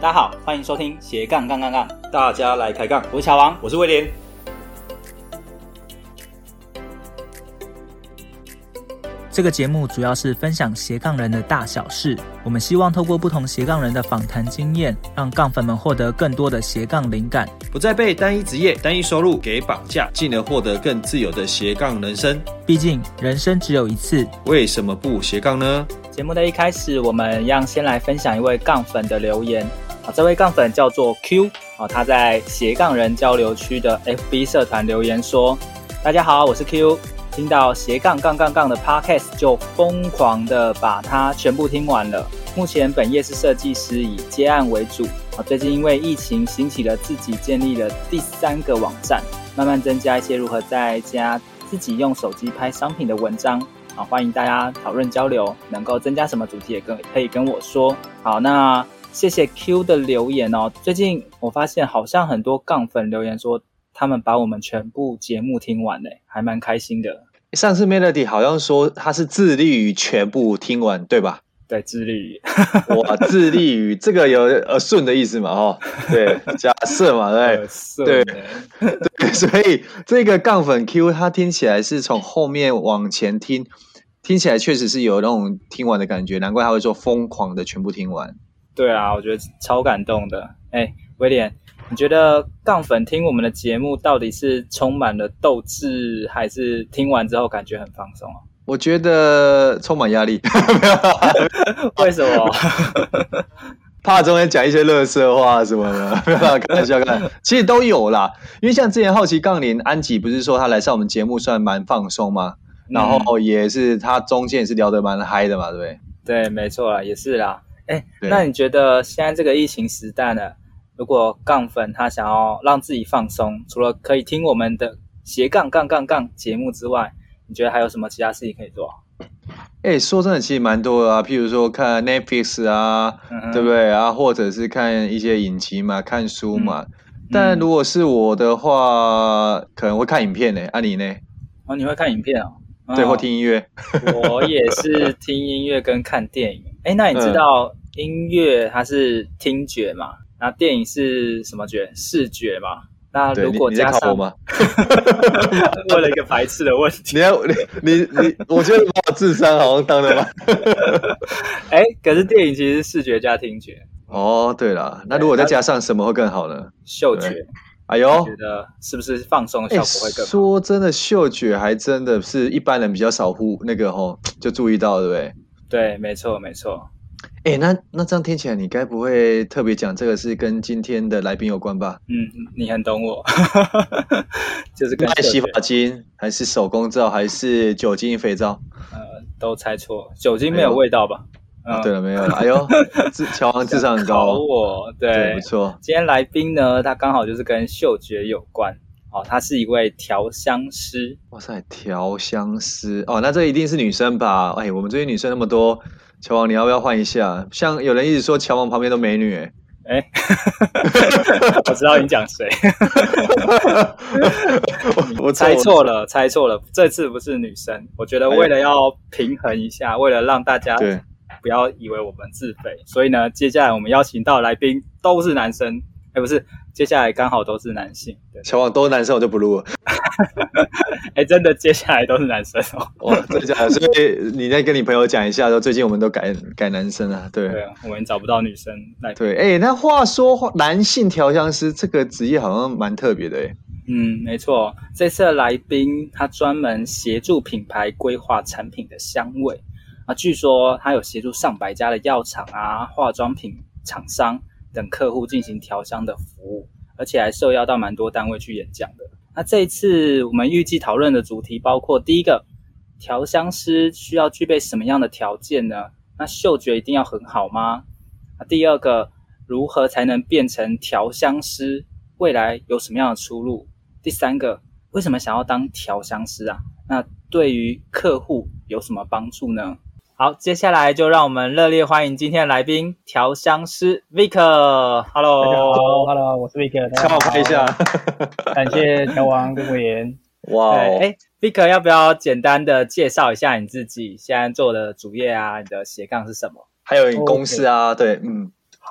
大家好，欢迎收听斜杠杠杠杠， 大家来开杠。 我是乔王， 我是威廉。 这个节目主要是分享斜杠人的大小事，我们希望透过不同斜杠人的访谈经验，让杠粉们获得更多的斜杠灵感， 不再被单一职业、单一收入给绑架，进而获得更自由的斜杠人生。 毕竟人生只有一次， 为什么不斜杠呢？ 节目的一开始，我们一样先来分享一位杠粉的留言。这位杠粉叫做 Q， 他在斜杠人交流区的 FB 社团留言说：大家好，我是 Q。听到斜杠杠杠杠的 podcast 就疯狂的把它全部听完了。目前本业是设计师，以接案为主。最近因为疫情兴起了自己建立了第3个网站，慢慢增加一些如何在家自己用手机拍商品的文章。欢迎大家讨论交流，能够增加什么主题也可以跟我说。好，那谢谢 Q 的留言哦。最近我发现好像很多杠粉留言说他们把我们全部节目听完了，还蛮开心的。 上次 Melody 好像说他是致力于全部听完，对吧？ 对，致力于。 哇，致力于这个有顺的意思嘛？对，假设嘛，对，对，所以这个杠粉 Q 他听起来是从后面往前听起来确实是有那种听完的感觉，难怪他会说疯狂的全部听完。 对啊，我觉得超感动的。威廉，你觉得杠粉听我们的节目到底是充满了斗志，还是听完之后感觉很放松啊？ 我觉得充满压力。 为什么？ 怕中间讲一些垃圾话什么的，开玩笑，其实都有啦。因为像之前好奇杠铃安吉不是说他来上我们节目算蛮放松嘛，然后也是他中间也是聊得蛮嗨的嘛，对不对？ 对，没错啦，也是啦。那你觉得现在这个疫情时代呢，如果杠粉他想要让自己放松，除了可以听我们的斜杠杠杠杠节目之外，你觉得还有什么其他事情可以做？ 说真的其实蛮多的啊，譬如说看 Netflix 啊，对不对啊，或者是看一些影集嘛，看书嘛。但如果是我的话，可能会看影片呢。你呢？ 你会看影片哦？ 对，或听音乐。 我也是听音乐跟看电影。那你知道音乐它是听觉嘛？那电影是什么觉？视觉嘛？那如果加上， 你在考我吗？ 问了一个排斥的问题。 你，我觉得把我智商好像当的吗？ 可是电影其实是视觉加听觉。 对啦，那如果再加上什么会更好呢？ 嗅觉。 哎呦， 觉得是不是放松的效果会更好？ 说真的，嗅觉还真的是一般人比较少就注意到，对不对？ 对，没错没错。 那这样听起来，你该不会特别讲这个是跟今天的来宾有关吧？ 你很懂我。就是跟卖洗发精，还是手工皂，还是酒精肥皂？ 都猜错，酒精没有味道吧？ 对了，没有了。哎呦，乔王智商很高。 考我，对， 不错。 今天来宾呢，他刚好就是跟嗅觉有关。他是一位调香师。 哇塞，调香师那这一定是女生吧？我们这些女生那么多，乔王你要不要换一下？像有人一直说乔王旁边都美女。 我知道你讲谁。我猜错了，这次不是女生。我觉得为了要平衡一下，为了让大家不要以为我们自肥，所以呢，接下来我们邀请到的来宾都是男生。不是，接下来刚好都是男性。 乔王都是男生，我就不录了。 真的接下来都是男生哦。 哇，真的假的？所以你再跟你朋友讲一下，说最近我们都改男生啊。对， 我们找不到女生来。 对，那话说男性调香师这个职业好像蛮特别的。 没错，这次的来宾他专门协助品牌规划产品的香味据说他有协助上百家的药厂啊、化妆品厂商等客户进行调香的服务，而且还受邀到蛮多单位去演讲的。那这一次我们预计讨论的主题包括：第一个，调香师需要具备什么样的条件呢？那嗅觉一定要很好吗？第二个，如何才能变成调香师？未来有什么样的出路？第三个，为什么想要当调香师啊？那对于客户有什么帮助呢？好，接下来就让我们热烈欢迎今天的来宾，调香师 Vic。Hello， 大家好 ，Hello， 我是 Vic。 帮我拍一下， 感谢乔王跟委员。 哇 ，Vic 要不要简单的介绍一下你自己现在做的主业啊？你的斜杠是什么？ 还有你公司啊？对， 好，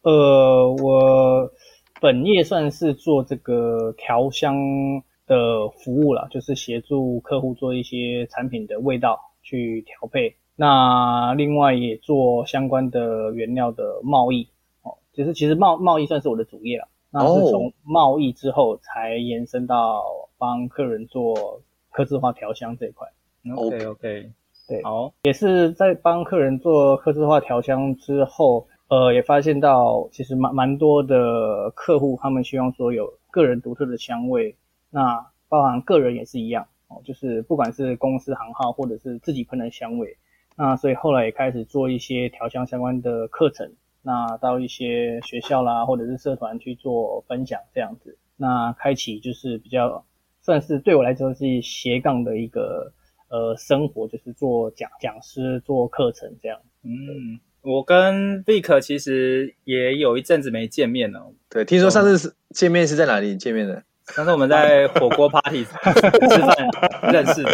我本业算是做这个调香的服务啦，就是协助客户做一些产品的味道去调配。那另外也做相关的原料的贸易，就是其实贸易算是我的主业啦。那是从贸易之后才延伸到帮客人做客制化调香这一块。 OK， 对， 好， 也是在帮客人做客制化调香之后，也发现到其实蛮多的客户他们希望说有个人独特的香味，那包含个人也是一样就是不管是公司行号或者是自己喷的香味，那所以后来也开始做一些调香相关的课程，那到一些学校啦或者是社团去做分享这样子，那开启就是比较算是对我来说是斜杠的一个生活，就是做讲师做课程这样。 我跟 Vic 其实也有一阵子没见面了。 对，听说上次见面是在哪里见面的？ 上次我们在火锅 party 吃饭认识的。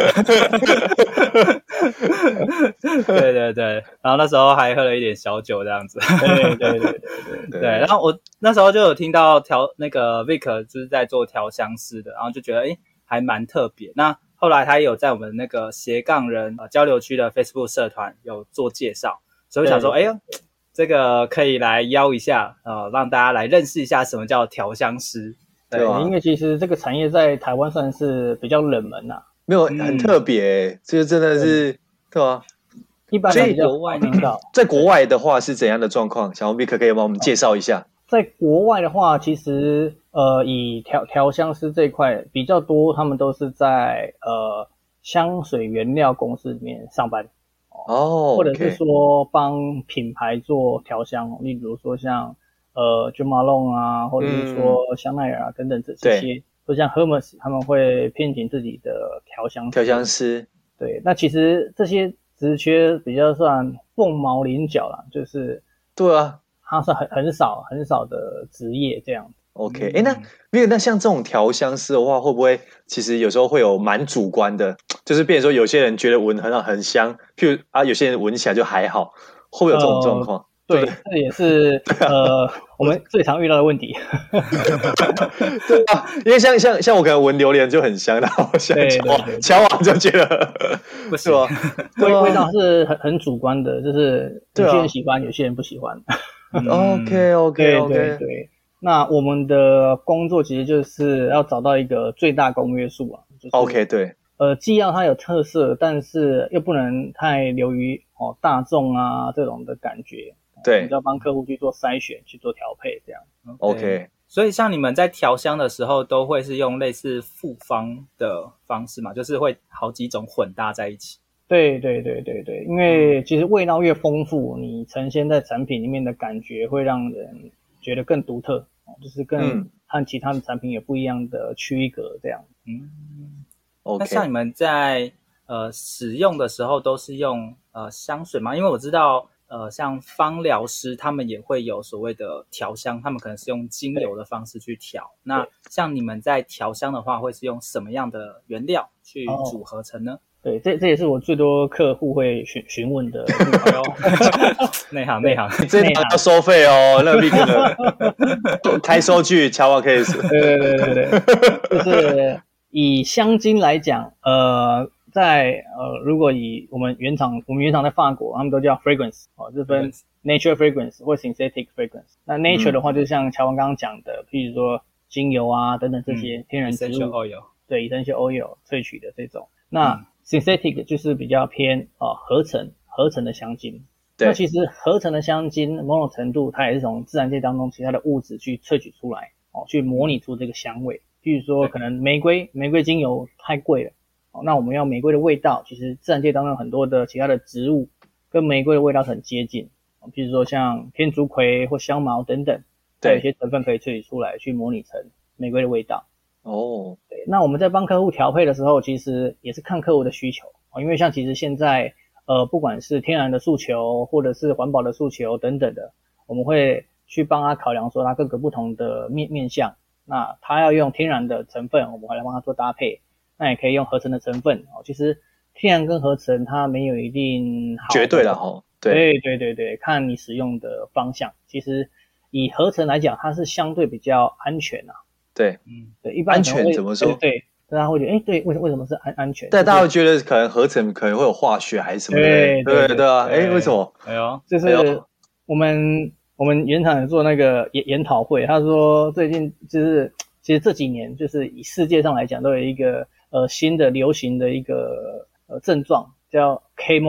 对，然后那时候还喝了一点小酒这样子。对，然后我那时候就有听到那个 Vic 就是在做调香师的，然后就觉得还蛮特别。那后来他也有在我们那个斜杠人交流区的 Facebook 社团有做介绍，所以我想说这个可以来邀一下让大家来认识一下什么叫调香师。 对，因为其实这个产业在台湾算是比较冷门没有很特别这个真的是对吧？ 一般在国外听到， 在国外的话是怎样的状况？小红 Vic 可以帮我们介绍一下。 在国外的话，其实以调香师这一块比较多，他们都是在香水原料公司里面上班或者是说帮品牌做调香，例如说像Jo Malone 或者是说香奈儿等等这些，或像 Hermes 他们会聘请自己的调香师。对，那其实这些职缺比较算凤毛麟角啦，就是对啊， 它是很少的职业这样子。 OK， 那像这种调香师的话，会不会其实有时候会有蛮主观的，就是变成说有些人觉得闻很香，譬如有些人闻起来就还好，会不会有这种状况？ 对，这也是我们最常遇到的问题。 对啊，因为像我可能闻榴莲就很香，然后乔王就觉得不是吧？ 味道是很主观的，就是有些人喜欢，有些人不喜欢。 OK， 对。那我们的工作其实就是要找到一个最大公约数就是 OK， 对。 既要它有特色，但是又不能太流于大众这种的感觉。 对， 要帮客户去做筛选，去做调配这样。 OK， 所以像你们在调香的时候，都会是用类似复方的方式嘛，就是会好几种混搭在一起。 对，因为其实味道越丰富，你呈现在产品里面的感觉会让人觉得更独特，就是更和其他的产品有不一样的区隔这样。 那像你们在使用的时候都是用香水吗？因为我知道像芳疗师他们也会有所谓的调香，他们可能是用精油的方式去调。那像你们在调香的话，会是用什么样的原料去组合成呢？ 对，这也是我最多客户会询问的内行， 这要收费哦，那 Vic 的开收据，乔瓦 case。 对，就是以香精来讲，如果以我们原厂在法国，他们都叫 fragrance 这分 nature fragrance 或 synthetic fragrance。那 nature 的话，就像乔王刚刚讲的，譬如说精油等等这些天然植物 essential oil， 对 essential oil 萃取的这种。那synthetic 就是比较偏合成的香精。那其实合成的香精某种程度它也是从自然界当中其他的物质去萃取出来去模拟出这个香味。譬如说可能玫瑰精油太贵了，那我们要玫瑰的味道，其实自然界当中很多的其他的植物跟玫瑰的味道是很接近，譬如说像天竺葵或香茅等等，有一些成分可以萃取出来去模拟成玫瑰的味道。对，那我们在帮客户调配的时候，其实也是看客户的需求，因为像其实现在不管是天然的诉求或者是环保的诉求等等的，我们会去帮他考量说他各个不同的面向，那他要用天然的成分，我们会来帮他做搭配，那也可以用合成的成分其实天然跟合成它没有一定好绝对啦对， 看你使用的方向。其实以合成来讲，它是相对比较安全啊。 对， 对，一般安全怎么说？ 对，大家会觉得，对，为什么是安全？ 但大家会觉得可能合成可能会有化学还是什么的，对啊，为什么？ 就是我们原厂做那个研讨会，他说最近就是其实这几年就是以世界上来讲都有一个新的流行的一个症状叫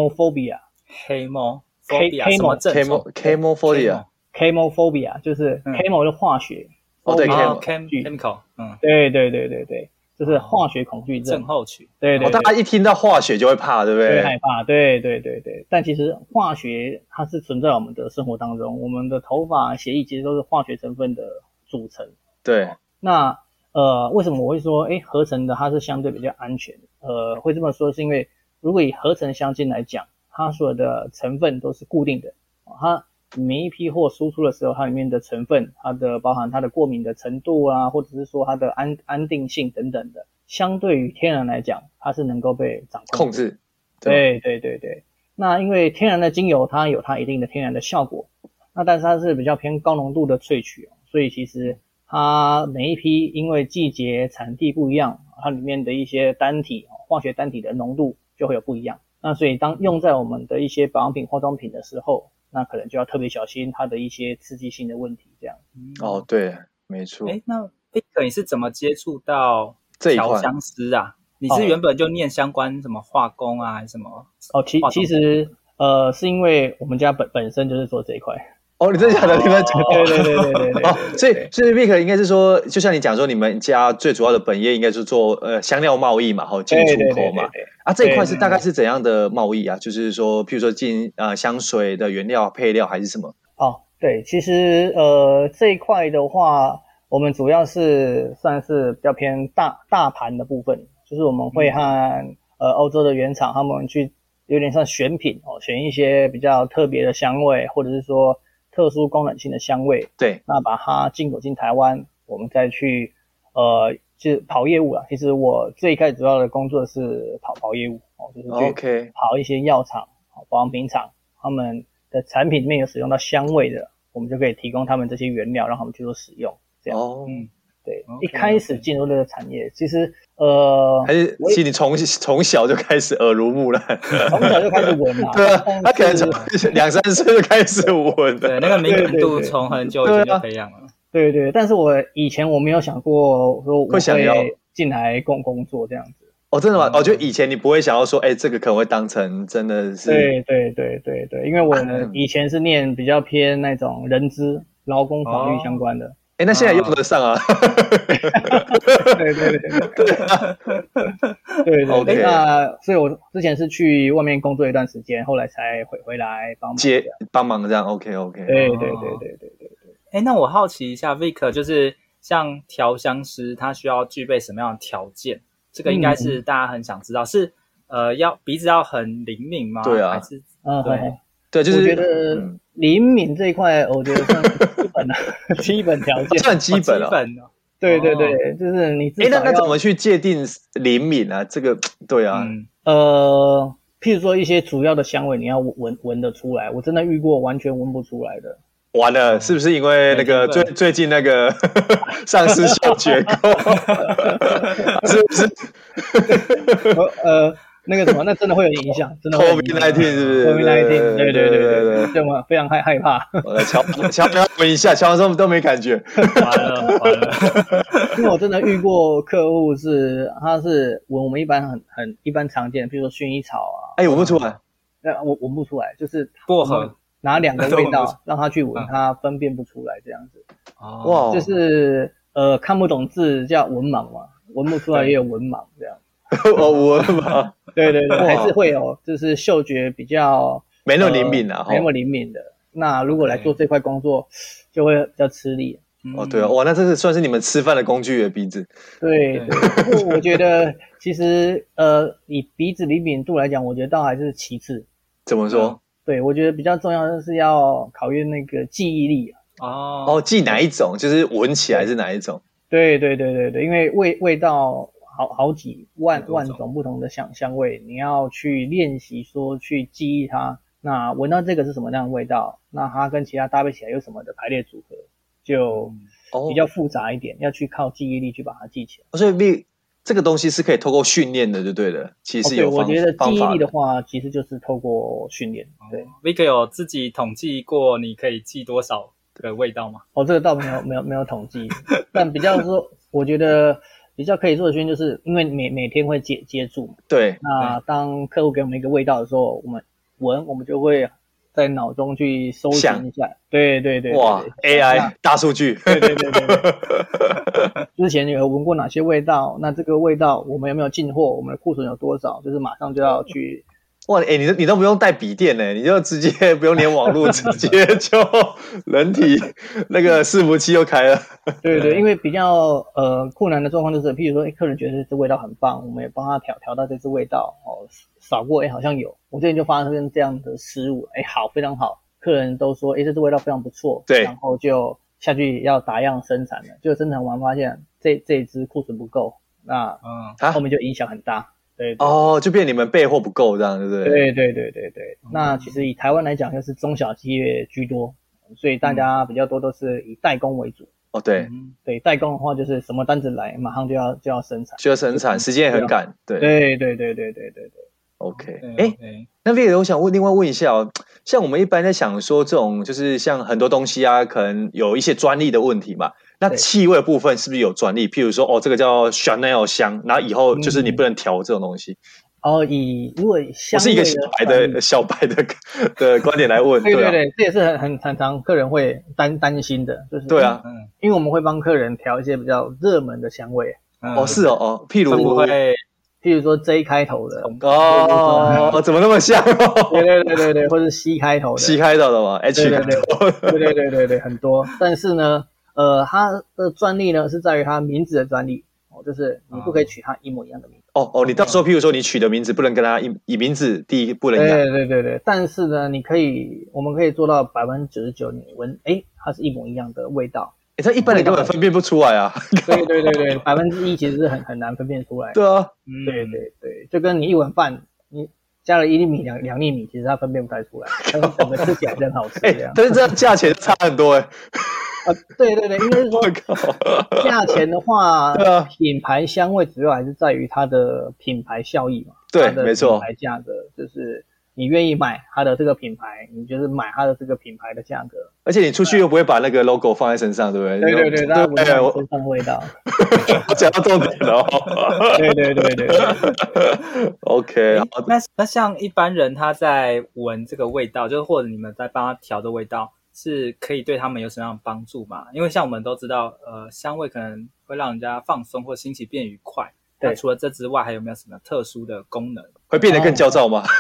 chemophobia。chemophobia 就是 chemo 的化学。 对 chemical， 对，就是化学恐惧症候群。 对， 大家一听到化学就会怕，对不对？ 会害怕，对。但其实化学它是存在我们的生活当中，我们的头发、血液其实都是化学成分的组成。 对。 那为什么我会说，合成的它是相对比较安全？会这么说是因为，如果以合成香精来讲，它所有的成分都是固定的，它每一批货输出的时候，它里面的成分，它的包含它的过敏的程度啊，或者是说它的安定性等等的，相对于天然来讲，它是能够被掌控制。 对。那因为天然的精油它有它一定的天然的效果，那但是它是比较偏高浓度的萃取，所以其实它每一批因为季节产地不一样，它里面的一些单体化学单体的浓度就会有不一样。那所以当用在我们的一些保养品、化妆品的时候，那可能就要特别小心它的一些刺激性的问题，这样。 对，没错。 那Victor你是怎么接触到调香师啊？你是原本就念相关什么化工啊，还是什么？ 其实是因为我们家本身就是做这一块。 你真的假的？你们对。 所以 Vic 应该是说，就像你讲说，你们家最主要的本业应该是做香料贸易嘛，进出口嘛。这一块是大概是怎样的贸易啊？就是说，譬如说进香水的原料、配料还是什么？ 对，其实这一块的话，我们主要是算是比较偏大盘的部分，就是我们会和欧洲的原厂他们去有点像选品选一些比较特别的香味，或者是说特殊功能性的香味， 对， 那把它进口进台湾，我们再去就是跑业务啦。其实我最开始主要的工作是跑业务就是去跑一些药厂、保养品厂，他们的产品里面有使用到香味的，我们就可以提供他们这些原料，让他们去做使用。这样对，一开始进入这个产业，其实还是其实你从小就开始耳濡目染， 从小就开始闻啦。 对啊，他可能从2-3岁就开始闻， 对，那个敏感度从很久以前就培养了。 对，但是以前我没有想过说我会进来工作这样子。 真的吗？就以前你不会想要说，这个可能会当成真的是。 对，因为我以前是念比较偏那种人资、劳工法律相关的。 那现在用得上啊。 对。那所以我之前是去外面工作一段时间，后来才回来帮忙这样。OK。 对。 那我好奇一下 Vic， 就是像调香师他需要具备什么样的条件？这个应该是大家很想知道，是鼻子要很灵敏吗？ 对啊， 还是对，就是我觉得灵敏这一块，我觉得算基本的基本条件， 算基本了。 对，就是你至少那怎么去界定灵敏啊？这个对啊， 譬如说一些主要的香味，你要闻得出来。我真的遇过完全闻不出来的。 完了，是不是因为那个最近那个丧失嗅觉够？是不是？ 那个什么，那真的会有影响，真的。 COVID-19 是不是 ？COVID-19，对，这么非常害怕。 乔闻一下，乔说都没感觉。 完了。 因为我真的遇过客户他是闻我们一般很一般常见的，比如说薰衣草啊。 闻不出来。 我闻不出来，就是薄荷。 拿2个味道让他去闻，他分辨不出来这样子。 哇， 就是看不懂字叫文盲嘛，闻不出来也有文盲这样。 文盲。 对，还是会有，就是嗅觉比较没那么灵敏啊， 没那么灵敏的。那如果来做这块工作，就会比较吃力。 对啊，哇，那这是算是你们吃饭的工具的鼻子。 对，不过我觉得其实以鼻子灵敏度来讲，我觉得倒还是其次。 怎么说？ 对，我觉得比较重要的是要考验那个记忆力记哪一种？就是闻起来是哪一种？ 对，因为味道好几万种不同的香味，你要去练习说去记忆它， 那闻到这个是什么样的味道，那它跟其他搭配起来有什么的排列组合，就比较复杂一点，要去靠记忆力去把它记起来。 所以这个东西是可以透过训练的，就对了。其实有我觉得记忆力的话，其实就是透过训练。对 ，Vic 有自己统计过，你可以记多少个味道吗？ 这个倒没有统计，但比较说，我觉得比较可以做的训练，就是因为每天会接触嘛。 对。 那当客户给我们一个味道的时候，我们闻，我们就会在脑中去搜寻一下。对。 哇 ，AI 大数据。 对。之前有闻过哪些味道？那这个味道我们有没有进货？我们的库存有多少？就是马上就要去。 哇，你都不用带笔电呢，你就直接不用连网络，直接就人体那个伺服器就开了。 对，因为比较困难的状况就是，譬如说，客人觉得这味道很棒，我们也帮他调到这支味道扫过，好像有。我最近就发生这样的失误，好，非常好，客人都说，这支味道非常不错， 对， 然后就下去要打样生产了，就生产完发现这一支库存不够，那后面就影响很大。对， 就变你们备货不够这样，对不对？ 对。那其实以台湾来讲，就是中小企业居多，所以大家比较多都是以代工为主。 对， 代工的话就是什么单子来，马上就要生产， 需要生产，时间也很赶。对。OK， 那 Vic 我想另外问一下像我们一般在想说这种就是像很多东西啊，可能有一些专利的问题嘛。那气味的部分是不是有专利？譬如说这个叫 Chanel 香，然后以后就是你不能调这种东西。 如果香味的，我是一个小白的观点来问。 对，这也是很常客人会担心的，就是对啊， 因为我们会帮客人调一些比较热门的香味。 是譬如说 J 开头的怎么那么像？ 对，或者 C 开头的 ，C 开头的嘛 ，H 开头， 对，很多。但是呢，它的专利呢是在于它名字的专利，就是你不可以取它一模一样的名字。 你到时候譬如说你取的名字不能跟它以名字第一不能一样。 对。但是呢，我们可以做到99%你闻，它是一模一样的味道。 这一般人根本分辨不出来啊。 对，1%其实是很难分辨出来。 对啊， 对，就跟你一碗饭，你加了1粒米、2粒米，其实它分辨不太出来，但是整个吃起来真好吃这样。 但是这样价钱差很多对，应该是说价钱的话，品牌香味主要还是在于它的品牌效益嘛。 对，没错。 品牌价格就是你愿意买它的这个品牌，你就是买它的这个品牌的价格。 而且你出去又不会把那个 logo 放在身上，对不对？ 对，大家闻到身上的味道。 我讲到重点了。 对。 OK， 那像一般人他在闻这个味道，就是或者你们在帮他调的味道，是可以对他们有什么样的帮助吗？因为像我们都知道，香味可能会让人家放松或心情变愉快。那除了这之外，还有没有什么特殊的功能？ 会变得更焦躁吗？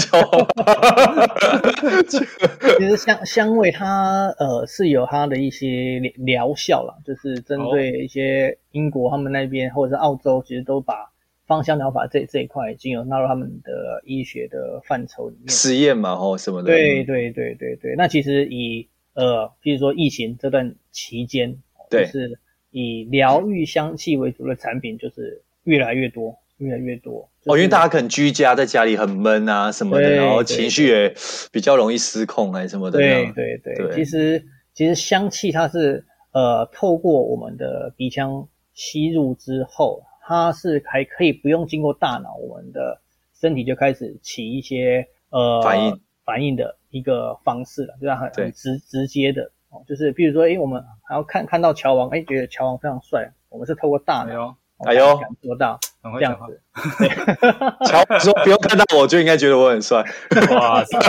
其实香味它是有它的一些疗效啦，就是针对一些英国他们那边或者是澳洲，其实都把芳香疗法这一块已经有纳入他们的医学的范畴里面。 实验嘛，什么的。 对。那其实譬如说疫情这段期间，就是以疗愈香气为主的产品，就是越来越多。因为大家可能居家在家里很闷啊什么的，然后情绪也比较容易失控什么的。 对。其实香气它是透过我们的鼻腔吸入之后，它是还可以不用经过大脑，我们的身体就开始起一些反应的一个方式了，就是很直接的就是比如说我们还要看到乔王，觉得乔王非常帅，我们是透过大脑感受到这样子。 乔说不用看到我就应该觉得我很帅。 哇塞！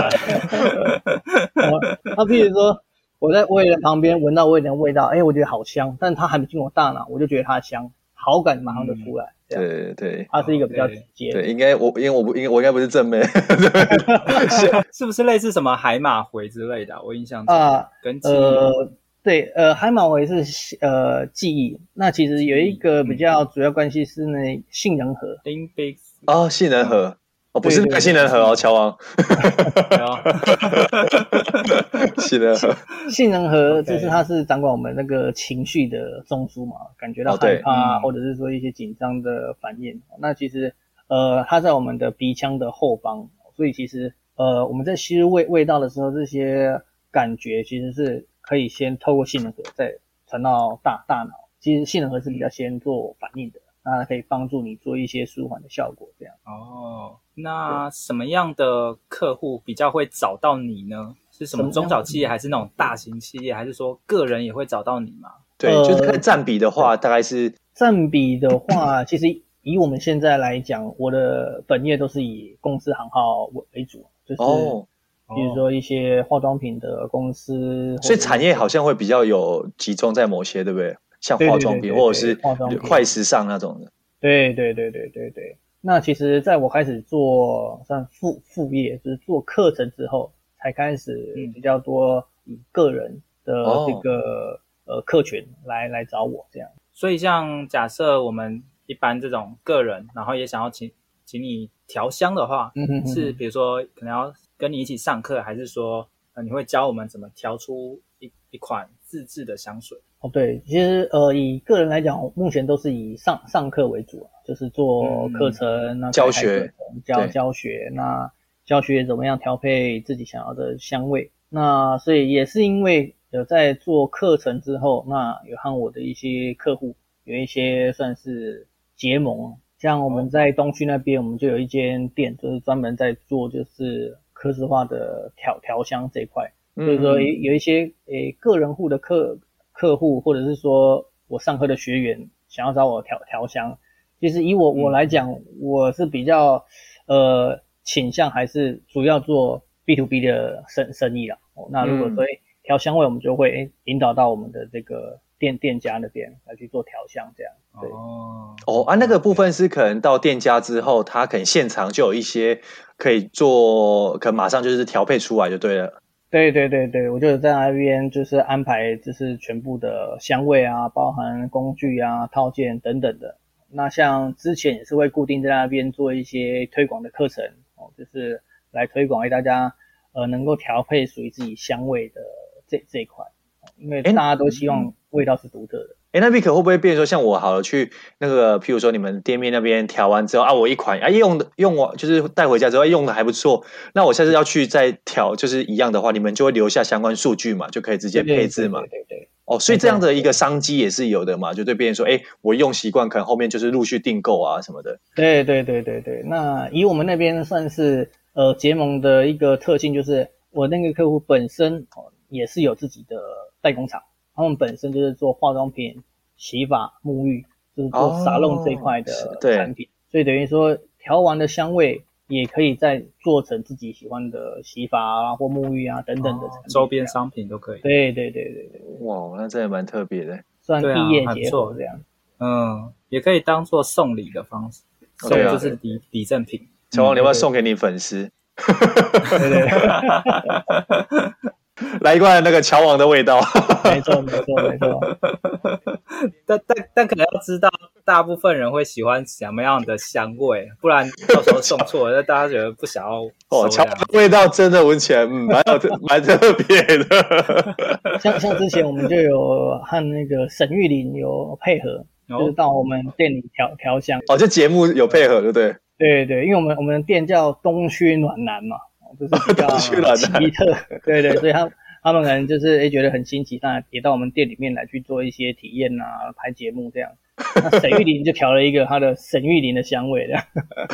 那比如说我在魏人旁边闻到魏人的味道，我觉得好香，但他还没进我大脑，我就觉得他香，好感马上就出来。 对， 它是一个比较直接的。 对，因为我应该不是正妹。 是不是类似什么海马回之类的？我印象中跟记忆。 对，海马回是记忆，那其实有一个比较主要关系是杏仁核。 杏仁核不是那个杏仁核乔王。 杏仁核就是它是掌管我们那个情绪的中枢嘛，感觉到害怕或者是说一些紧张的反应。那其实它在我们的鼻腔的后方，所以其实我们在吸入味道的时候，这些感觉其实是可以先透过杏仁核再传到大脑。其实杏仁核是比较先做反应的，那它可以帮助你做一些舒缓的效果这样。 那什么样的客户比较会找到你呢？是什么中小企业还是那种大型企业，还是说个人也会找到你吗？ 对，就是看占比的话，大概是占比的话，其实以我们现在来讲，我的本业都是以公司行号为主，就是比如说一些化妆品的公司， 所以产业好像会比较有集中在某些，对不对？像化妆品或者是快时尚那种的。 对。那其实在我开始做算副业，就是做课程之后，才开始比较多以个人的这个客群来找我这样。 所以像假设我们一般这种个人，然后也想要请你调香的话，是比如说可能要跟你一起上课，还是说你会教我们怎么调出一款自制的香水？ 对，其实以个人来讲，目前都是以上课为主，就是做课程，那教学教学，那教学怎么样调配自己想要的香味。那所以也是因为有在做课程之后，那有和我的一些客户有一些算是结盟，像我们在东区那边，我们就有一间店，就是专门在做就是客制化的调香这一块。所以说有一些个人户的客户，或者是说我上课的学员想要找我调香，其实以我来讲，我是比较倾向还是主要做 B2B 的生意啦。那如果说调香味，我们就会引导到我们的这个店家那边来去做调香这样。对那个部分是可能到店家之后，他可能现场就有一些可以做，可能马上就是调配出来就对了。 对，我就在那边就是安排就是全部的香味啊，包含工具啊、套件等等的。那像之前也是会固定在那边做一些推广的课程，就是来推广给大家能够调配属于自己香味的这一块，因为大家都希望味道是独特的。 那 Vic 会不会变成说，像我好了去那个，譬如说你们店面那边调完之后我一款用完就是带回家之后用的还不错，那我下次要去再调，就是一样的话，你们就会留下相关数据嘛，就可以直接配置嘛。 对。 所以这样的一个商机也是有的嘛，就对别人说，我用习惯，可能后面就是陆续订购啊什么的。 对。那以我们那边算是结盟的一个特性，就是我那个客户本身也是有自己的代工厂。他们本身就是做化妆品、洗发、沐浴，就是做沙龙这一块的产品，所以等于说调完的香味也可以再做成自己喜欢的洗发啊或沐浴啊等等的产品， 周边商品都可以。 对。 哇，那真的蛮特别的， 算异业结合这样。 也可以当做送礼的方式，送就是礼赠品。 乔王，你要不要送给你粉丝？ 对。 来一罐那个乔王的味道。 没错。 但可能要知道大部分人会喜欢什么样的香味，不然到时候送错了，大家觉得不想要。 乔王的味道真的闻起来蛮特别的。 像之前我们就有和那个沈玉琳有配合，就是到我们店里调香。 这节目有配合，对不对？ 对，因为我们的店叫东区暖男嘛。就是比较奇特，对，所以他们可能就是觉得很新奇，那也到我们店里面来去做一些体验啊，拍节目这样。那沈玉琳就调了一个他的沈玉琳的香味这样。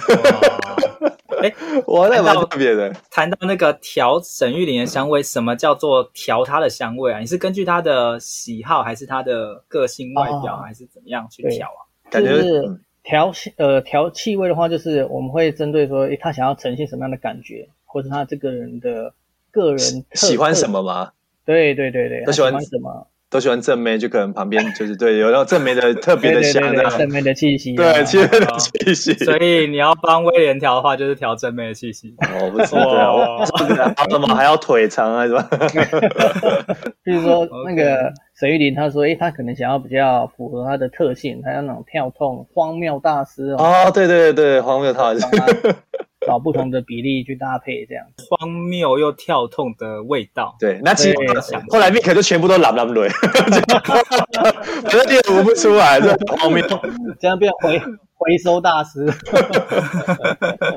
哇，那蛮特别的。 谈到那个调沈玉琳的香味，什么叫做调她的香味啊？你是根据她的喜好，还是她的个性外表，还是怎么样去调啊？ 感觉就是调气味的话，就是我们会针对说，他想要呈现什么样的感觉。或者他这个人的个人喜欢什么吗？ 对，都喜欢什么？ 都喜欢正妹，就可能旁边就是对有那种正妹的特别的香的正妹的气息， 对，正妹的气息。 所以你要帮威廉调的话，就是调正妹的气息。 不是他怎么还要腿长啊？是吧？ 比如说那个沈玉琳，他说，他可能想要比较符合他的特性，他要那种跳痛、荒谬大师对，荒谬大师。 找不同的比例去搭配，这样荒谬又跳痛的味道。 对，那其实后来 Vic 就全部都揽对，反正你也闻不出来，这荒谬， 这样变回收大师。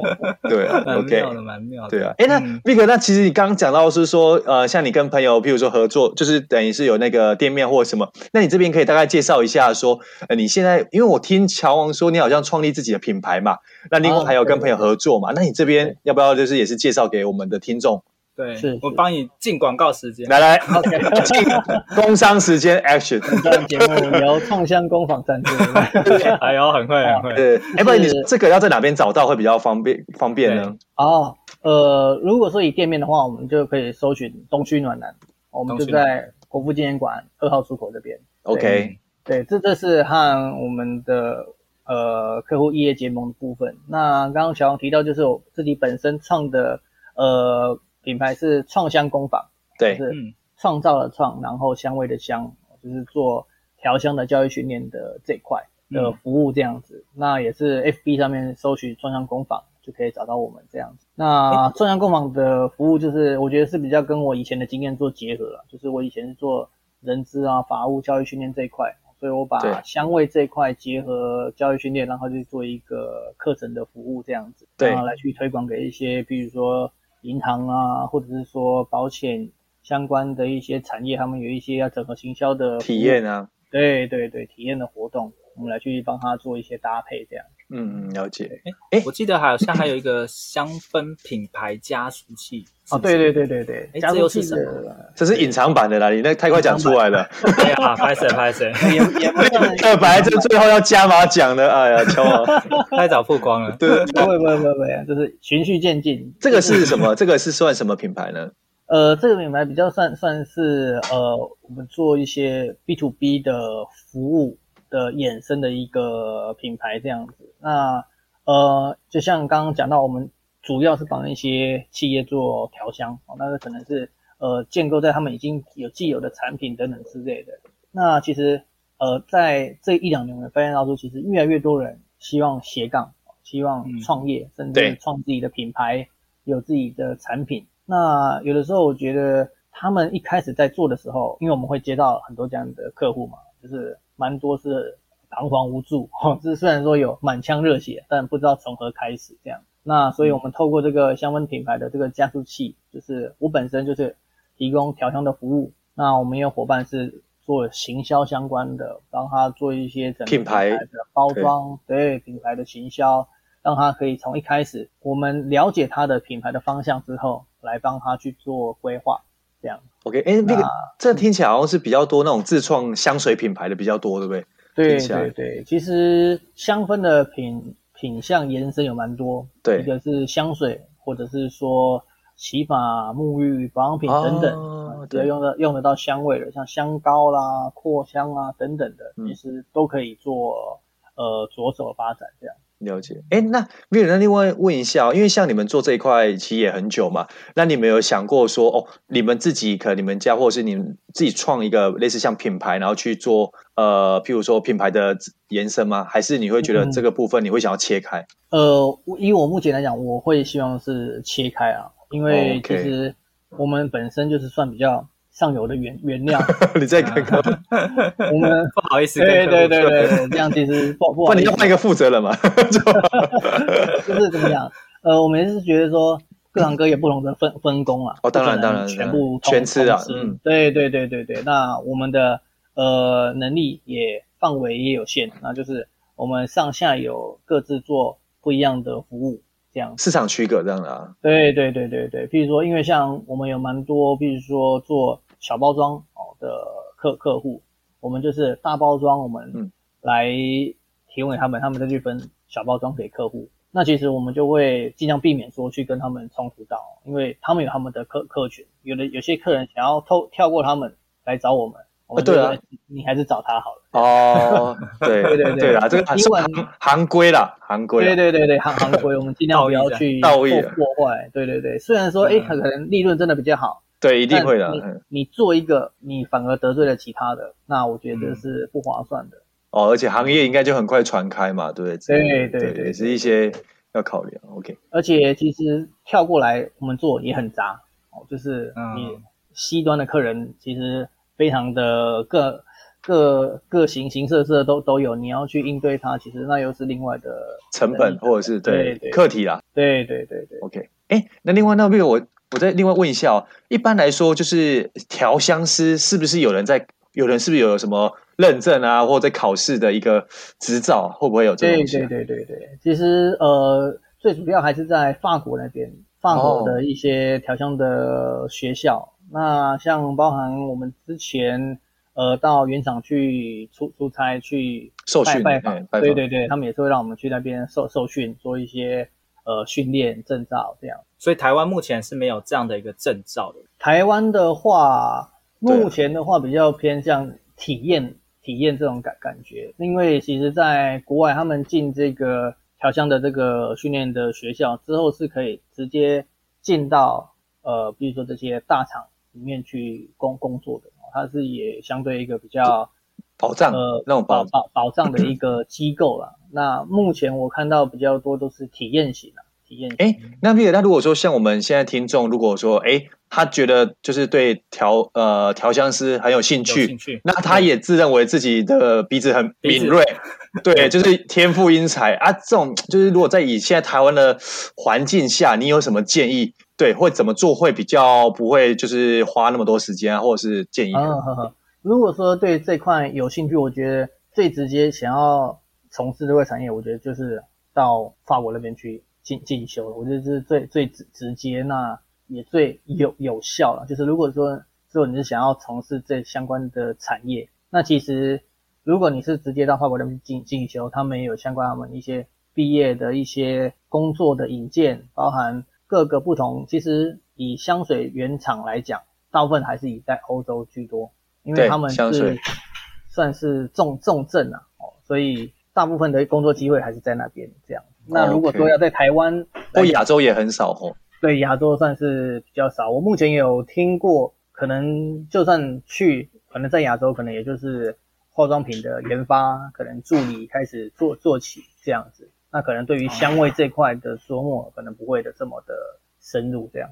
对啊蛮 ，OK， 妙的，蛮妙的。 对啊，那 Vic， 那其实你刚刚讲到是说，像你跟朋友，譬如说合作，就是等于是有那个店面或什么，那你这边可以大概介绍一下说，你现在，因为我听乔王说你好像创立自己的品牌嘛，那另外还有跟朋友合作嘛，那你这边要不要就是也是介绍给我们的听众？ 对，我帮你进广告时间， 来，OK， 进工商时间 ，Action。 本段节目由创香工坊赞助。 哎呦，很会。 对，不然你这个要在哪边找到会比较方便呢？ 如果说以店面的话，我们就可以搜寻东区暖男，我们就在国父纪念馆2号出口这边。 OK， 对，这是和我们的客户异业结盟的部分。那刚刚小王提到，就是我自己本身创的品牌是创香工坊， 对， 就是创造的创，然后香味的香，就是做调香的教育训练的这一块的服务这样子。那也是 FB 上面搜寻创香工坊就可以找到我们这样子。那创香工坊的服务就是我觉得是比较跟我以前的经验做结合了，就是我以前是做人资啊、法务、教育训练这一块，所以我把香味这一块结合教育训练，然后去做一个课程的服务这样子，然后来去推广给一些比如说银行啊，或者是说保险相关的一些产业，他们有一些要整合行销的体验啊， 对，体验的活动，我们来去帮他做一些搭配这样。 了解。 我记得好像还有一个香氛品牌加速器。 对， 这又是什么？ 这是隐藏版的啦，你那太快讲出来了。 哎呀，拍谁， 也不算。 本来这最后要加码讲的，哎呀，乔王太早曝光了。 对，不会，就是循序渐进。 这个是什么？这个是算什么品牌呢？ 这个品牌比较算是我们做一些 B2B 的服务的衍生的一个品牌这样子。那就像刚刚讲到，我们主要是帮一些企业做调香，那个可能是建构在他们已经有既有的产品等等之类的。那其实在这1-2年我们发现到说，其实越来越多人希望斜杠，希望创业，甚至创自己的品牌，有自己的产品。那有的时候我觉得他们一开始在做的时候，因为我们会接到很多这样的客户嘛，就是蛮多是彷徨无助，这虽然说有满腔热血，但不知道从何开始这样。那所以我们透过这个香氛品牌的这个加速器，就是我本身就是提供调香的服务，那我们也有伙伴是做行销相关的，帮他做一些整个品牌的包装，对品牌的行销，让他可以从一开始我们了解他的品牌的方向之后，来帮他去做规划这样。 OK， 那个这听起来好像是比较多那种自创香水品牌的比较多，对不对？ 对，其实香氛的品项延伸有蛮多，对，一个是香水，或者是说洗发、沐浴、保养品等等，只要用得到香味的，像香膏啦、扩香啊等等的，其实都可以做着手发展这样。 了解。那 Vic， 那另外问一下，因为像你们做这一块其实也很久嘛，那你们有想过说你们自己可能你们家或者是你们自己创一个类似像品牌，然后去做譬如说品牌的延伸吗？还是你会觉得这个部分你会想要切开？ 以我目前来讲，我会希望是切开啊，因为其实我们本身就是算比较上游的原料。 你再看看， 我们不好意思， 对，这样其实不好意思， 你要换一个负责人嘛？ 就是怎么讲？我们是觉得说各行各业不同的分工啊。 当然， 全部全吃啊。 对。那我们的能力也范围也有限，那就是我们上下游各自做不一样的服务。这样市场区隔这样的啊。 对，譬如说因为像我们有蛮多譬如说做小包装的客户，我们就是大包装我们来提供给他们再去分小包装给客户。那其实我们就会尽量避免说去跟他们冲突到，因为他们有他们的客群，有些客人想要跳过他们来找我们， 对啊， 你还是找他好了。 对啊，这个行规啦，行规。 对，行规，我们尽量不要去破坏。对，虽然说可能利润真的比较好， 对，一定会的。 你做一个，你反而得罪了其他的，那我觉得是不划算的。 而且行业应该就很快传开嘛，对不对？ 对，也是一些要考量。OK， 而且其实跳过来我们做也很杂就是你 C 端的客人其实非常的各形形色色都有，你要去应对它，其实那又是另外的成本或者是对课题啦。 对 OK， 那另外那边我再另外问一下一般来说就是调香师是不是有人是不是有什么认证啊，或者在考试的一个执照，会不会有这种东西？ 对，其实最主要还是在法国那边，法国的一些调香的学校。那像包含我们之前到原厂去出差去受训拜访，对，他们也是会让我们去那边受训，做一些训练证照这样。 所以台湾目前是没有这样的一个证照的。 台湾的话，目前的话比较偏向体验这种感觉，因为其实在国外他们进这个调香的这个训练的学校之后，是可以直接进到比如说这些大厂里面去工作的，它是也相对一个比较保障那种保障的一个机构啦。那目前我看到比较多都是体验型。 那Peter，那如果说像我们现在听众，如果说他觉得就是对调香师很有兴趣，那他也自认为自己的鼻子很敏锐，对，就是天赋英才啊。这种就是如果在以现在台湾的环境下，你有什么建议？对，会怎么做会比较不会就是花那么多时间啊，或者是建议？ 如果说对这块有兴趣，我觉得最直接想要从事这块产业，我觉得就是到法国那边去进修了。我觉得这是最直接，那也最有效了。就是如果说你是想要从事这相关的产业，那其实如果你是直接到法国那边进修，他们也有相关他们一些毕业的一些工作的引荐，包含各个不同。其实以香水原厂来讲，大部分还是以在欧洲居多，因为他们是算是重镇啊，所以大部分的工作机会还是在那边这样。那如果说要在台湾， 亚洲也很少对，亚洲算是比较少。我目前有听过，可能就算去，可能在亚洲，可能也就是化妆品的研发，可能助理开始做起这样子。那可能对于香味这块的琢磨，可能不会的这么的深入这样。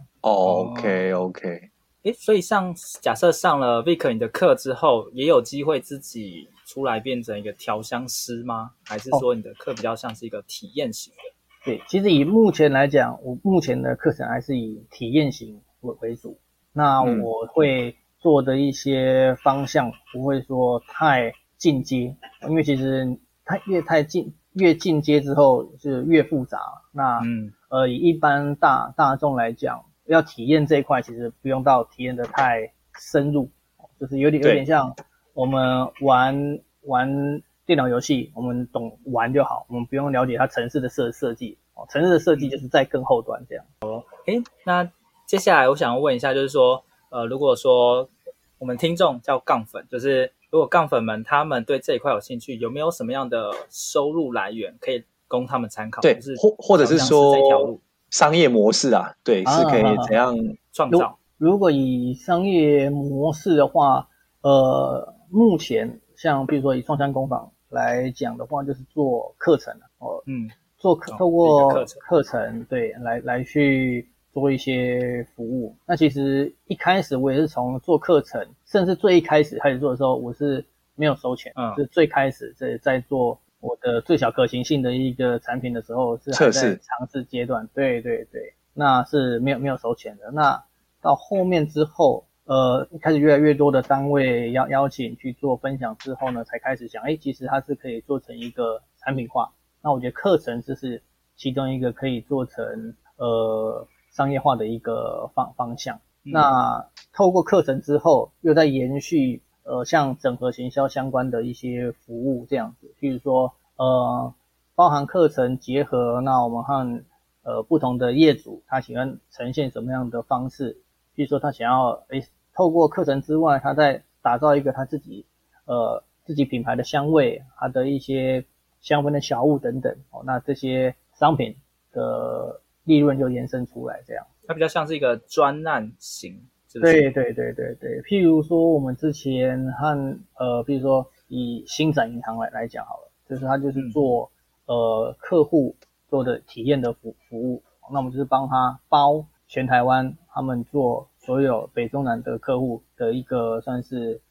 OK。 所以假设上了 Vic 你的课之后，也有机会自己出来变成一个调香师吗？还是说你的课比较像是一个体验型的？ 对，其实以目前来讲，我目前的课程还是以体验型为主。那我会做的一些方向不会说太进阶，因为其实它越进阶之后是越复杂。那以一般大众来讲，要体验这一块，其实不用到体验的太深入，就是有点像我们玩电脑游戏，我们懂玩就好，我们不用了解它程式的设计。程式的设计就是在更后端这样。 那接下来我想要问一下，就是说，如果说我们听众叫杠粉，就是如果杠粉们他们对这一块有兴趣，有没有什么样的收入来源可以供他们参考？ 对， 就是或者是说商业模式啊，对，是可以怎样创造？ 如果以商业模式的话，目前像比如说以创香工坊来讲的话，就是做课程透过课程对来去做一些服务。那其实一开始我也是从做课程，甚至最一开始开始做的时候，我是没有收钱，是最开始在做我的最小可行性的一个产品的时候，是还在尝试阶段。对，那是没有收钱的。那到后面之后，开始越来越多的单位邀请去做分享之后呢，才开始想，其实它是可以做成一个产品化。那我觉得课程就是其中一个可以做成商业化的一个方向。那透过课程之后，又在延续像整合行销相关的一些服务这样子，譬如说包含课程结合，那我们和不同的业主他喜欢呈现什么样的方式，譬如说他想要透过课程之外，他在打造一个他自己品牌的香味，他的一些香氛的小物等等，那这些商品的利润就延伸出来这样。 它比较像是一个专案型，是不是？对。譬如说我们之前和比如说以星展银行来讲好了，就是他就是做客户做的体验的服务，那我们就是帮他包全台湾他们做所有北中南的客户的一个算是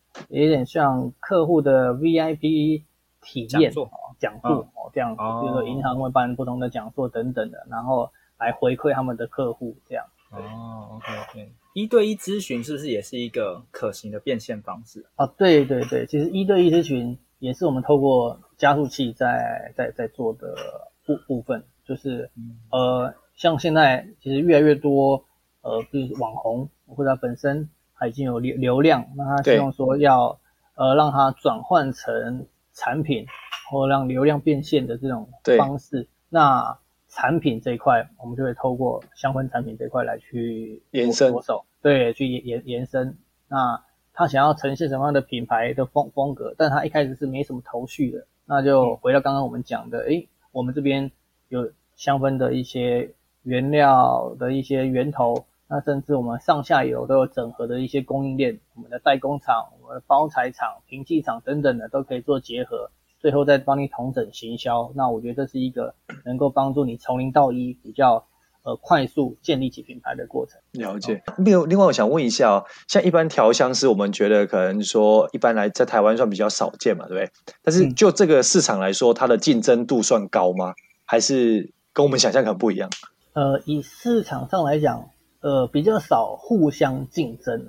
有点像客户的 VIP 体验讲座这样子，比如说银行会办不同的讲座等等的，然后来回馈他们的客户这样。 OK， 1对1咨询是不是也是一个可行的变现方式？ 对，其实1对1咨询也是我们透过加速器在做的部分，就是像现在其实越来越多比如网红或者他本身他已经有流量，那他希望说要让它转换成产品或让流量变现的这种方式，那产品这一块我们就会透过相关产品这一块来去延伸， 对，去延伸。那他想要呈现什么样的品牌的风格，但他一开始是没什么头绪的，那就回到刚刚我们讲的，我们这边有香氛的一些原料的一些源头，那甚至我们上下游都有整合的一些供应链，我们的代工厂、我们的包材厂、瓶器厂等等的都可以做结合，最后再帮你统整行销。那我觉得这是一个能够帮助你从0到1比较快速建立起品牌的过程。 了解。另外我想问一下像一般调香师我们觉得可能说一般来在台湾算比较少见嘛，对不对？但是就这个市场来说，它的竞争度算高吗？还是跟我们想象可能不一样？ 以市场上来讲，比较少互相竞争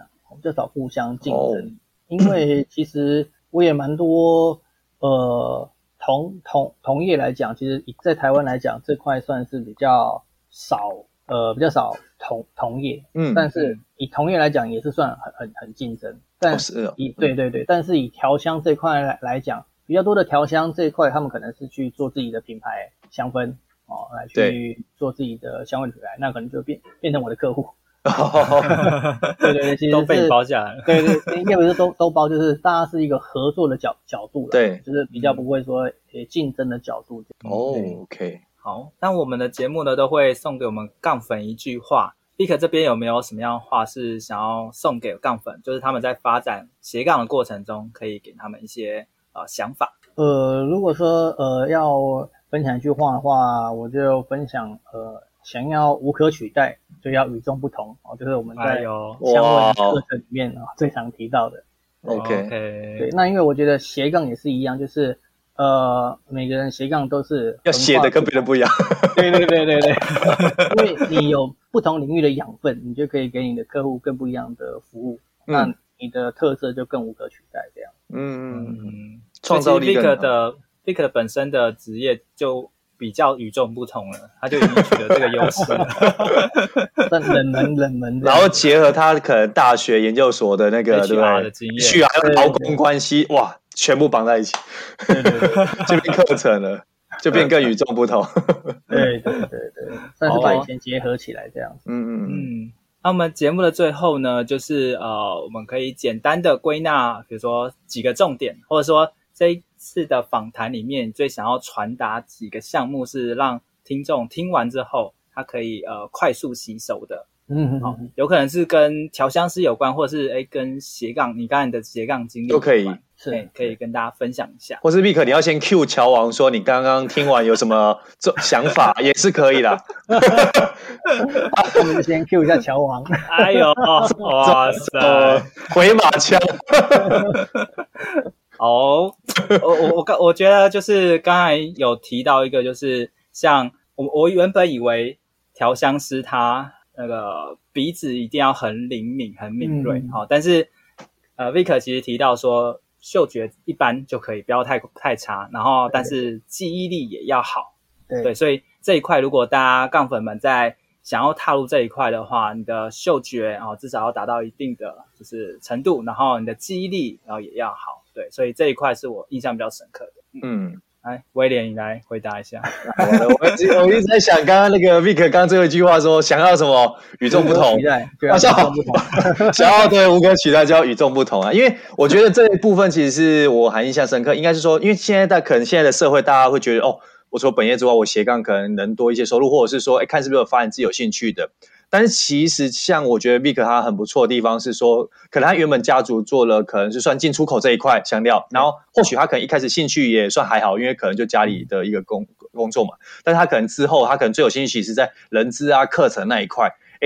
因为其实我也蛮多同业来讲，其实在台湾来讲这块算是比较少同业，但是以同业来讲也是算很竞争，但对，但是以调香这块来讲，比较多的调香这一块，他们可能是去做自己的品牌香氛来去做自己的香味品牌，那可能就变成我的客户。对，其实都被你包下来了。 对，也不是都包，就是大家是一个合作的角度啦， 对， 就是比较不会说竞争的角度。 OK。 好，那我们的节目呢都会送给我们杠粉一句话。Vic 这边有没有什么样的话是想要送给杠粉，就是他们在发展斜杠的过程中可以给他们一些想法？ 如果说要分享一句话的话，我就分享想要无可取代就要与众不同就是我们在香味课程里面最常提到的。 OK， 对，那因为我觉得斜杠也是一样，就是每个人斜杠都是要斜的跟别人不一样。 对，因为你有不同领域的养分，你就可以给你的客户更不一样的服务，那你的特色就更无可取代这样。 创造力更好。 Vic 的本身的职业就比较与众不同了，他就已经取得这个优势了。 冷门， 然后结合他可能大学研究所的那个 HR 的经验 ，HR 劳工关系，哇，全部绑在一起， 对， 就变课程了，就变更与众不同。 对，算是把以前结合起来这样子。 那我们节目的最后呢，就是我们可以简单的归纳，比如说几个重点，或者说这一次的访谈里面最想要传达几个项目，是让听众听完之后他可以快速吸收的。有可能是跟调香师有关，或者是跟斜杠，你刚才的斜杠经历都可以， 可以跟大家分享一下。 或是 Vic 你要先 Q 乔王说你刚刚听完有什么想法也是可以的。 我们就先 Q 一下乔王。 哎呦，哇塞， 回马枪。 我觉得就是刚才有提到一个，就是像我原本以为调香师他那个鼻子一定要很灵敏很敏锐，但是Vic 其实提到说嗅觉一般就可以，不要太差，然后但是记忆力也要好。对，所以这一块如果大家杠粉们在想要踏入这一块的话，你的嗅觉至少要达到一定的就是程度，然后你的记忆力然后也要好。对，所以这一块是我印象比较深刻的。来，威廉，你来回答一下。 我一直在想，刚刚那个 Vic 刚刚最后一句话说，想要什么与众不同，想要对无可取代就要与众不同啊！因为我觉得这一部分其实是我还印象深刻，应该是说，因为可能现在的社会，大家会觉得我除了本业之外，我斜杠可能多一些收入，或者是说，看是不是有发展自己有兴趣的。但是其实像我觉得 Vic 他很不错的地方是说，可能他原本家族做了可能是算进出口这一块香料，然后或许他可能一开始兴趣也算还好，因为可能就家里的一个工作嘛，但是他可能之后他可能最有兴趣是在人资课程那一块，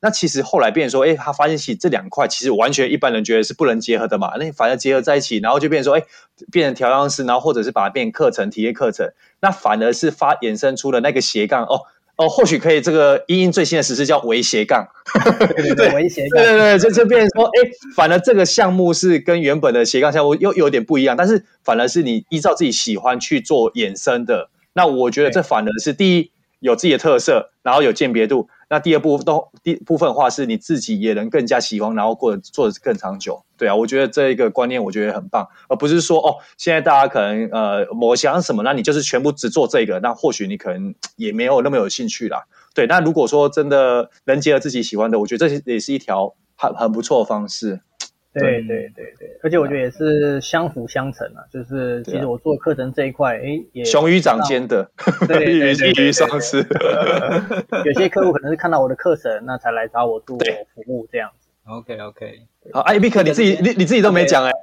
那其实后来变成说，他发现其实这2块其实完全一般人觉得是不能结合的嘛，那反而结合在一起，然后就变成说，变成调香师，然后或者是把它变成课程、体验课程，那反而是衍生出了那个斜杠或许可以这个因应最新的时事叫微斜杠， 对，微斜杠， 对，就变成说，反而这个项目是跟原本的斜杠项目又有点不一样，但是反而是你依照自己喜欢去做衍生的。那我觉得这反而是第一有自己的特色，然后有鉴别度。那第二部分的话是你自己也能更加喜欢，然后做得更长久。对啊，我觉得这一个观念我觉得很棒，而不是说现在大家可能某想什么，那你就是全部只做这个，那或许你可能也没有那么有兴趣啦。对，那如果说真的能结合自己喜欢的，我觉得这也是一条很不错的方式。 对，而且我觉得也是相辅相成啊，就是其实我做课程这一块，也雄鱼长尖的，一鱼双吃。 有些客户可能是看到我的课程，那才来找我做服务这样子。 OK， 好，Vic， 你自己都没讲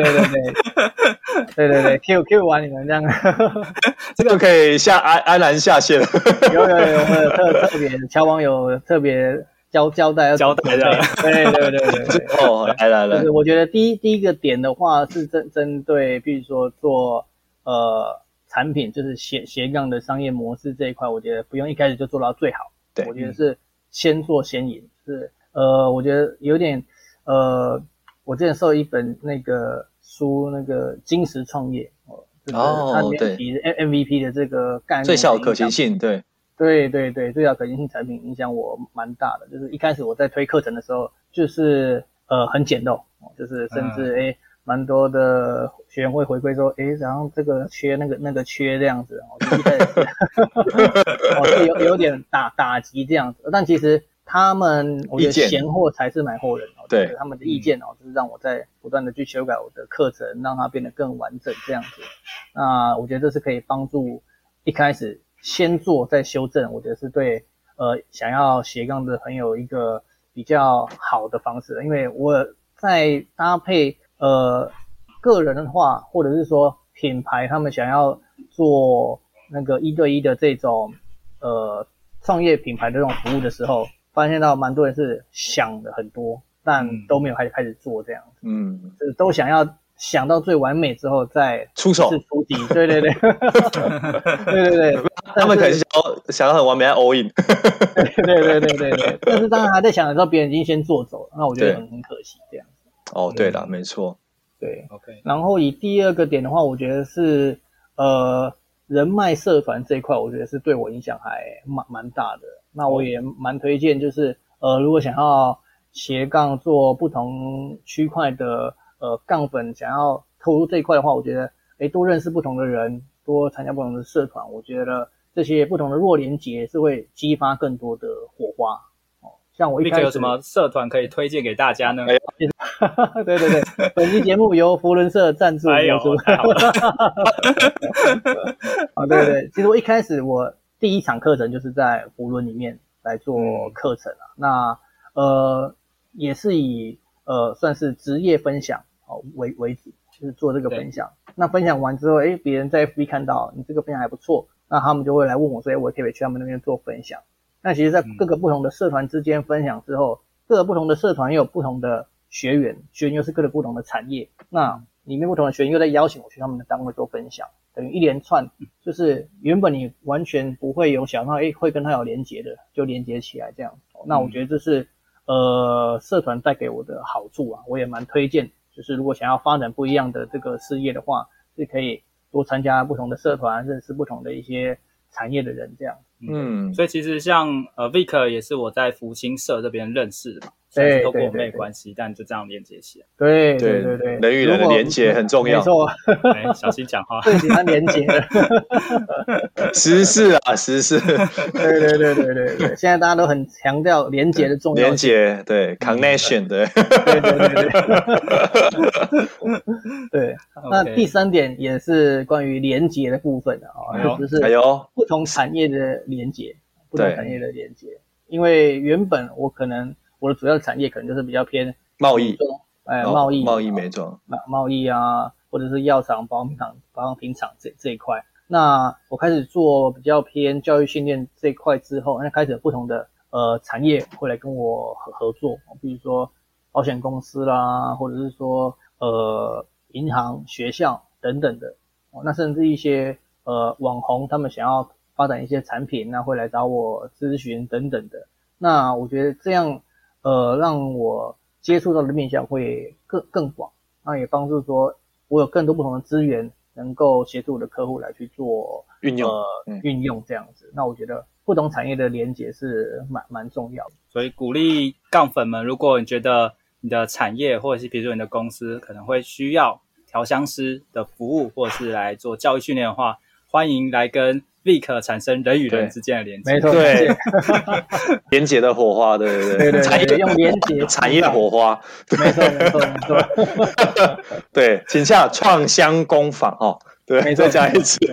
对，Q 完你们这样， 这个可以安然下线了。 有，我们特别乔网友特别。交代的， 对， 来， 就是我觉得第一个点的话是针对，比如说做产品，就是斜杠的商业模式这一块，我觉得不用一开始就做到最好，对，我觉得是先做先赢，是我觉得有点我之前受一本那个书，那个金石创业它里面提 MVP 的这个概念， 最小可行性，对， 最小可行性产品影响我蛮大的，就是一开始我在推课程的时候，就是很简陋，就是甚至蛮多的学员会回馈说，然后这个缺那个缺这样子，就一开始是有点打击这样子，但其实他们我觉得闲货才是买货人对，他们的意见就是让我在不断的去修改我的课程，让它变得更完整这样子。那我觉得这是可以帮助一开始先做再修正，我觉得是对想要斜杠的朋友一个比较好的方式，因为我在搭配个人化或者是说品牌他们想要做那个1对1的这种创业品牌的这种服务的时候，发现到蛮多人是想的很多，但都没有开始做这样子，就是都想到最完美之后再出手出题，对，对， 他们可能想要很完美的 all in， 对，但是当然还在想的时候，别人已经先做走了，那我觉得很可惜这样子。 对的，没错， 对 ，OK。然后以第二个点的话，我觉得是人脉社团这一块，我觉得是对我影响还蛮大的。那我也蛮推荐，就是如果想要斜杠做不同区块的杠粉，想要投入这一块的话，我觉得多认识不同的人，多参加不同的社团，我觉得这些不同的弱连结是会激发更多的火花。像我一开始有什么社团可以推荐给大家呢？ 对，本期节目由福伦社赞助播出。对，其实我一开始我第一场课程就是在福伦里面来做课程啊。那也是以算是职业分享为主，就是做这个分享。那分享完之后，别人在 FB 看到你这个分享还不错，那他们就会来问我说，我可不可以去他们那边做分享？那其实在各个不同的社团之间分享之后，各个不同的社团又有不同的学员又是各个不同的产业，那里面不同的学员又在邀请我去他们的单位做分享，等于一连串就是原本你完全不会有想到会跟他有连结的，就连结起来这样。那我觉得这是社团带给我的好处啊，我也蛮推荐，就是如果想要发展不一样的这个事业的话，是可以多参加不同的社团，认识不同的一些产业的人这样。 所以其实像Vic 也是我在福星社这边认识的嘛，虽然是透过我妹关系，但就这样连接起来。 对， 人与人的连结很重要， 没错。 小心讲话。 最喜欢连结了。 时事啊，时事。 对，现在大家都很强调连结的重要性。 连结，对 ，connection， 对。 对，那第三点也是关于连结的部分就是不同产业的连结，因为原本我的主要的产业可能就是比较偏贸易， 贸易美妆， 贸易啊，或者是药厂、保养品厂这一块。那我开始做比较偏教育训练这一块之后，那开始有不同的产业会来跟我合作，比如说保险公司啦，或者是说银行、学校等等的，那甚至一些网红他们想要发展一些产品，那会来找我咨询等等的。那我觉得这样让我接触到的面向会更广，那也帮助说我有更多不同的资源能够协助我的客户来去做运用这样子。那我觉得不同产业的连结是蛮重要的。 所以鼓励杠粉们，如果你觉得你的产业或者是比如说你的公司可能会需要调香师的服务，或者是来做教育训练的话，欢迎来跟 Vic 产生人与人之间的连接。 没错， 对，连结的火花，对， 产业用连结， 产业火花， 没错。 对，请下创香工坊哦。对，再讲一次。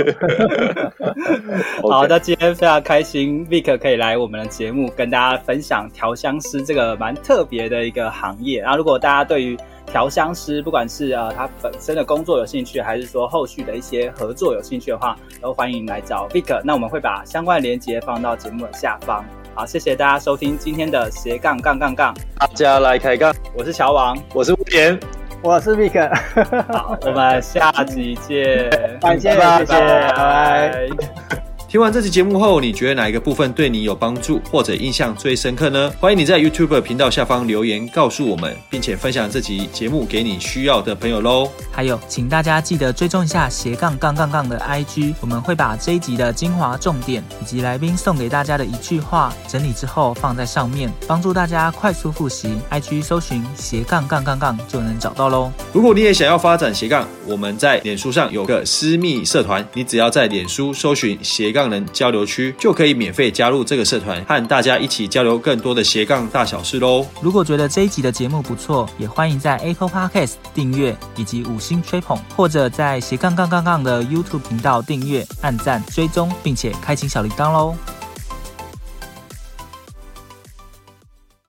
好，那今天非常开心 Vic 可以来我们的节目跟大家分享调香师这个蛮特别的一个行业。然后如果大家对于调香师不管是他本身的工作有兴趣，还是说后续的一些合作有兴趣的话，都欢迎来找 Vic。那我们会把相关的连结放到节目的下方。好，谢谢大家收听今天的斜杠杠杠杠， 大家来开杠。 我是乔王， 我是吴言， 我是 Vic。 好，我们下集见。 感谢，拜拜。 听完这期节目后，你觉得哪一个部分对你有帮助或者印象最深刻呢？欢迎你在 YouTube 频道下方留言告诉我们，并且分享这集节目给你需要的朋友咯。 还有，请大家记得追踪一下斜杠杠杠杠的 IG， 我们会把这一集的精华重点以及来宾送给大家的一句话整理之后放在上面，帮助大家快速复习。IG 搜寻斜杠杠杠杠就能找到咯。 如果你也想要发展斜杠，我们在脸书上有个私密社团，你只要在脸书搜寻斜杠人交流区，就可以免费加入这个社团，和大家一起交流更多的斜杠大小事咯。 如果觉得这一集的节目不错，也欢迎在 Apple Podcast 订阅以及5星吹捧，或者在斜杠杠杠杠的 YouTube 频道订阅、按赞、追踪，并且开启小铃铛咯。